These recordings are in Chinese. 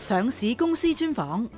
上市公司專訪。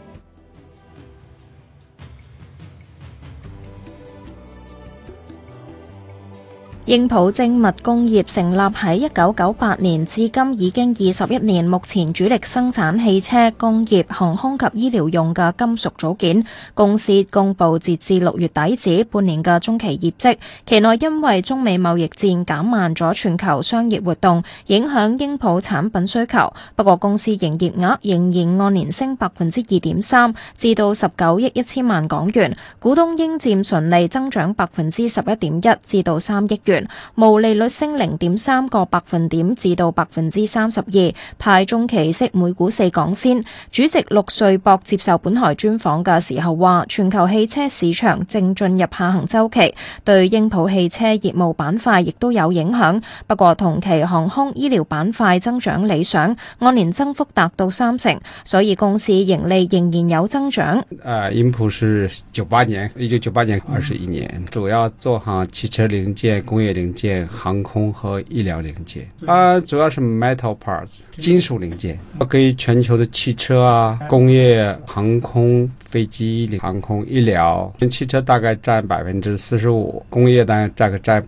英普精密工業成立喺1998年，至今已經21年，目前主力生產汽車、工業、航空及醫療用嘅金屬組件。公司公佈截至6月底止半年嘅中期業績，期內因為中美貿易戰減慢咗全球商業活動，影響英普產品需求。不過公司營業額仍然按年升2.3%，至到19億1000萬港元，股東應佔純利增長11.1%，至到3億元。毛利率升0.3個百分點至到32%，派中期息每股4港仙。主席陸瑞博接受本台專訪嘅時候話，全球汽車市場正進入下行週期，對英普汽車業務板塊亦都有影響。不過同期航空醫療板塊增長理想，按年增幅達到30%，所以公司盈利仍然有增長。 英普是1998年21年，主要做汽車零件、工业零件、航空和医疗零件，主要是 metal parts 金属零件，给全球的汽车工业、航空、飞机、航空、医疗，汽车大概占45%，工业大概占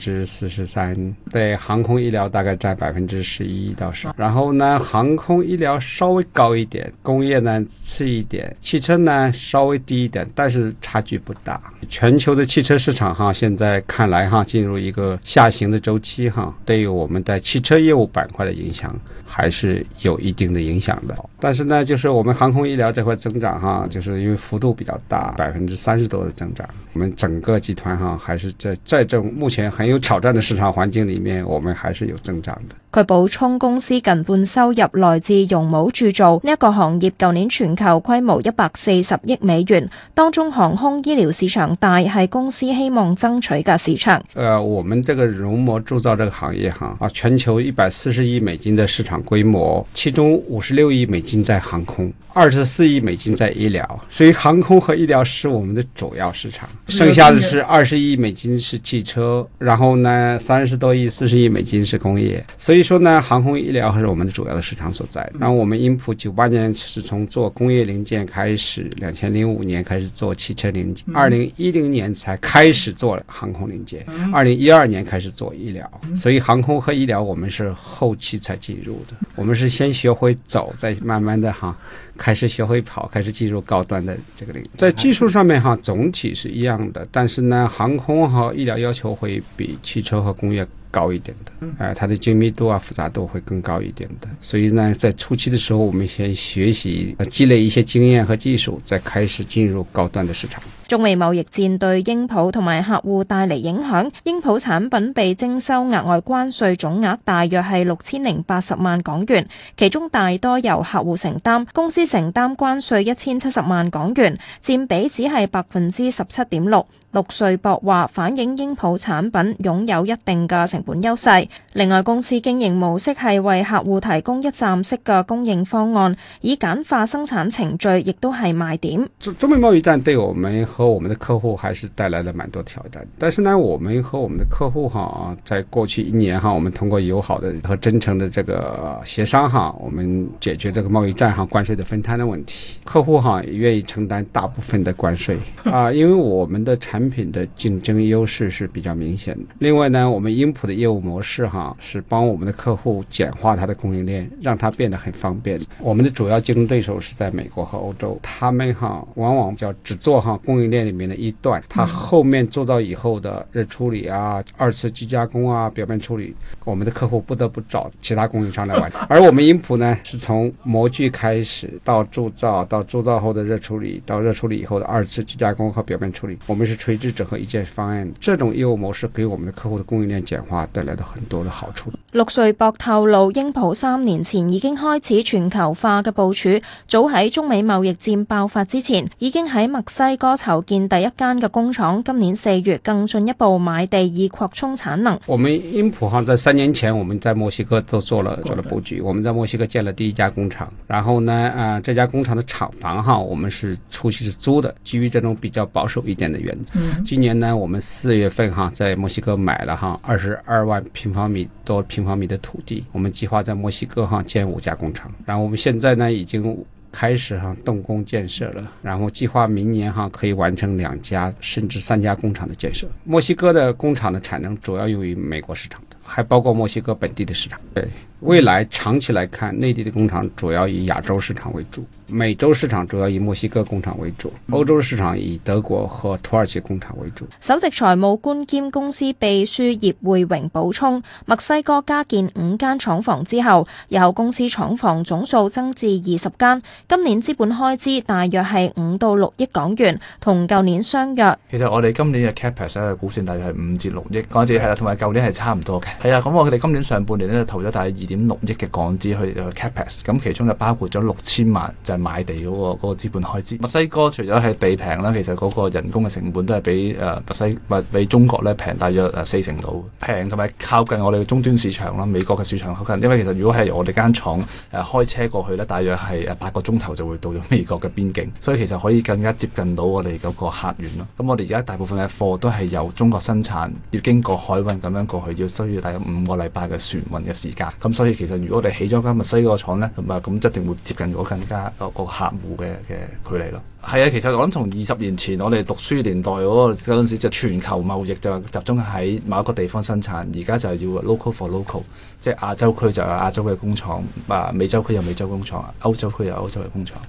43%，对，航空医疗大概占11%到12%。然后呢，航空医疗稍微高一点，工业呢次一点，汽车呢稍微低一点，但是差距不大。全球的汽车市场现在看来进入一个下行的周期对于我们的汽车业务板块的影响还是有一定的影响的。但是呢，就是我们航空医疗这块增长就是因为幅度比较大，30%多的增長。我們整個集團還是在這種目前很有挑戰的市場環境裡面，我們還是有增長的。 佢補充，公司近半收入來自絨帽鑄造呢一個行業，舊年全球規模140億美元，當中航空醫療市場大，係公司希望爭取嘅市場。 我們這個絨膜鑄造這個行業全球140億美金的市場規模，其中56億美金在航空，24億美金在醫療，所以航空和醫療是我們的主要市場，剩下的是20億美金是汽車，然後呢30多億40億美金是工業，所以說呢航空醫療是我們的主要的市場所在。然後我們英普98年是從做工業零件開始，2005年開始做汽車零件，2010年才開始做航空零件，2012年開始做醫療，所以航空和醫療我們是後期才進入的，我們是先學會走，再慢慢的開始學會跑，開始進入高端的這個領域。在技術上面總體是一樣的，但是呢航空和醫療要求會比汽車和工業高一點的，它的精密度複雜度會更高一點的。所以呢在初期的時候，我們先學習積累一些經驗和技術，再開始進入高端的市場。 中美貿易戰對英普同埋客戶帶嚟影響，英普產品被徵收額外關稅總額大約係6080萬港元，其中大多由客戶承擔，公司承擔關稅1070萬港元，佔比只係17.6%。陸瑞博話反映英普產品擁有一定嘅成本優勢。另外，公司經營模式係為客戶提供一站式嘅供應方案，以簡化生產程序，亦都係賣點。 中美貿易戰對我們和我們的客戶還是帶來了蠻多挑戰，但是呢，我們和我們的客戶在過去1年我們通過友好的和真誠的這個協商我們解決這個貿易戰關稅的分攤的問題，客戶也願意承擔大部分的關稅因為我們的產品的競爭優勢是比較明顯的。另外呢，我們英普的業務模式是幫我們的客戶簡化它的供應鏈，讓它變得很方便。我們的主要競爭對手是在美國和歐洲，他們往往只做供應鏈裡面的一段，它後面做到以後的熱處理二次機加工表面處理，我們的客戶不得不找其他供應商來完成。而我們英普呢，是從模具開始到鑄造，到鑄造後的熱處理，到熱處理以後的二次機加工和表面處理，我們是垂直整合一件方案。這種業務模式給我們的客戶的供應鏈簡化帶來了很多的好處。 陸瑞博透露，英普3年前已經開始全球化嘅部署，早喺中美貿易戰爆發之前，已經喺墨西哥籌建第一間嘅工廠，今年4月更進一步買地以擴充產能。 我們英普在3年前我們在墨西哥都做了布局，我們在墨西哥建了第一家工廠，然後呢這家工廠的廠房我們是初期是租的，基於這種比較保守一點的原則。今年呢我們4月份在墨西哥買了22萬多平方米的土地，我們計劃在墨西哥建5家工廠，然後我們現在呢已經开始动工建设了，然后计划明年可以完成2家甚至3家工厂的建设。墨西哥的工厂的产能主要用于美国市场的，还包括墨西哥本地的市场。对，未来长期来看，内地的工厂主要以亚洲市场为主，美洲市場主要以墨西哥工廠為主，歐洲市場以德國和土耳其工廠為主。 首席財務官兼公司秘書葉匯榮補充，墨西哥加建5間廠房之後，日後公司廠房總數增至20間，今年資本開支大約係5到6億港元，同舊年相若。 其實我哋今年嘅 capex 咧估算大約係5至6億港紙，係啦，同埋舊年係差唔多嘅。係啊，咁我哋今年上半年咧投咗大約2.6億嘅港紙去 capex， 咁其中就包括咗6000萬就係買地嗰個資本開支。墨西哥除咗係地平啦，其實嗰個人工嘅成本都係比中國咧平大約40%到，平同埋靠近我哋嘅終端市場啦，美國嘅市場靠近。因為其實如果係我哋間廠開車過去咧，大約係8個鐘頭就會到咗美國嘅邊境，所以其實可以更加接近到我哋嗰個客源咯。咁我哋而家大部分嘅貨都係由中國生產，要經過海運咁樣過去，需要大約5個禮拜嘅船運嘅時間。咁所以其實如果我哋起咗間墨西哥廠咧，咁一定會接近咗更加個客戶嘅距離咯。係啊，其實我諗從20年前我哋讀書年代嗰陣時就全球貿易就集中喺某一個地方生產，而家就係要 local for local， 即係亞洲區就有亞洲嘅工廠，美洲區有美洲工廠，歐洲區有歐洲嘅工廠。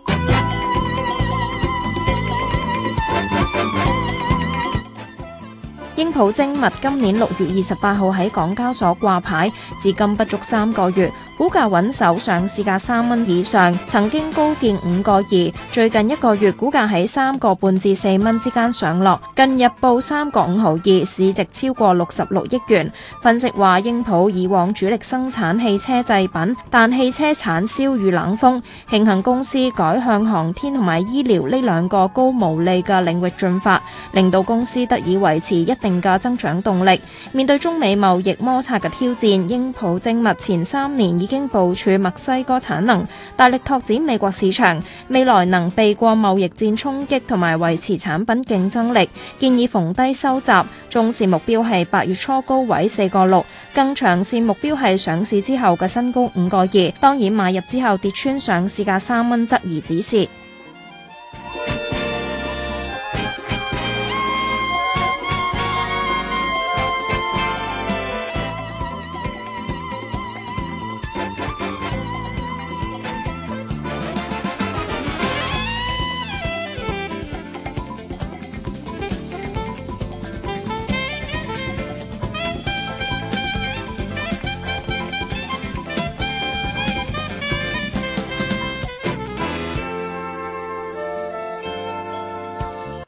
英普精密今年6月28號喺港交所掛牌，至今不足3個月，股價穩守上市價3蚊以上，曾經高見5個2，最近1個月股價喺3個半至4蚊之間上落，近日報3個5毫2，市值超過66億元。分析話，英普以往主力生產汽車製品，但汽車產銷遇冷風，慶幸公司改向航天同埋醫療呢2個高毛利嘅領域進發，令到公司得以維持一定嘅增長動力。面對中美貿易摩擦嘅挑戰，英普精密前3年已經部署墨西哥產能，大力拓展美國市場，未來能避過貿易戰衝擊同埋維持產品競爭力，建議逢低收集，中線目標係8月初高位4個6，更長線目標係上市之後嘅新高5個2，當然買入之後跌穿上市價3蚊則宜止蝕。